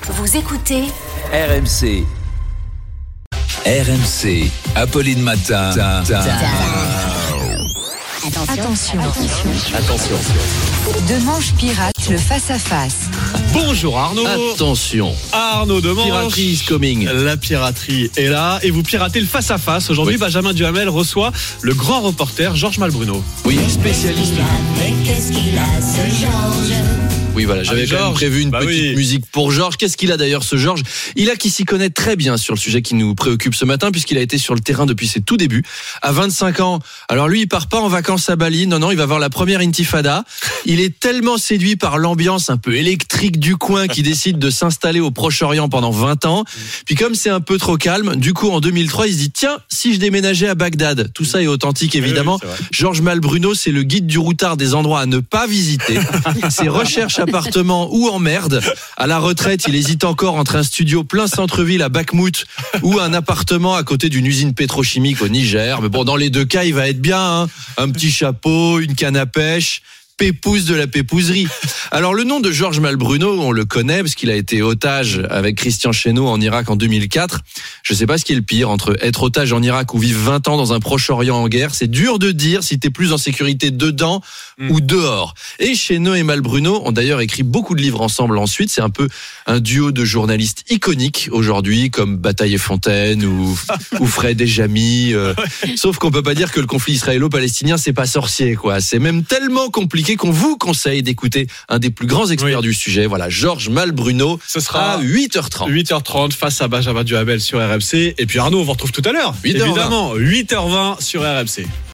Vous écoutez RMC. RMC. Apolline Matin. Attention. Demanche pirate, le face-à-face. Bonjour Arnaud. Attention, Arnaud Demanche. piraterie is coming. La piraterie est là et vous piratez le face-à-face. Aujourd'hui, Oui. Benjamin Duhamel reçoit le grand reporter Georges Malbruno. Oui, spécialiste. Oui, voilà, j'avais quand même Georges. prévu une Bah petite oui. musique pour Georges. Qu'est-ce qu'il a d'ailleurs, ce Georges ? Il a qui s'y connaît très bien sur le sujet qui nous préoccupe ce matin, puisqu'il a été sur le terrain depuis ses tout débuts. À 25 ans, alors lui, il part pas en vacances à Bali. Non, il va voir la première intifada. Il est tellement séduit par l'ambiance un peu électrique du coin qu'il décide de s'installer au Proche-Orient pendant 20 ans. Puis comme c'est un peu trop calme, du coup, en 2003, il se dit, tiens, si je déménageais à Bagdad. Tout ça est authentique, évidemment. Oui, c'est vrai. Georges Malbruno, c'est le guide du routard des endroits à ne pas visiter. Ses recherches appartements ou en merde. À la retraite, il hésite encore entre un studio plein centre-ville à Bakhmout ou un appartement à côté d'une usine pétrochimique au Niger. Mais bon, dans les deux cas, il va être bien, hein. Un petit chapeau, une canne à pêche. Pépouze de la pépouserie. Alors le nom de Georges Malbruno, on le connaît parce qu'il a été otage avec Christian Chesneau en Irak en 2004. Je sais pas ce qui est le pire entre être otage en Irak ou vivre 20 ans dans un Proche-Orient en guerre. C'est dur de dire si t'es plus en sécurité dedans ou dehors. Et Chesneau et Malbruno ont d'ailleurs écrit beaucoup de livres ensemble ensuite. C'est un peu un duo de journalistes iconiques aujourd'hui, comme Bataille et Fontaine ou Fred et Jamy. Sauf qu'on peut pas dire que le conflit israélo-palestinien c'est pas sorcier, quoi. C'est même tellement compliqué qu'on vous conseille d'écouter un des plus grands experts du sujet. Voilà, Georges Malbruno. Ce sera à 8h30. 8h30 face à Benjamin Duhamel sur RMC. Et puis Arnaud, on vous retrouve tout à l'heure. 8h20. Évidemment, 8h20 sur RMC.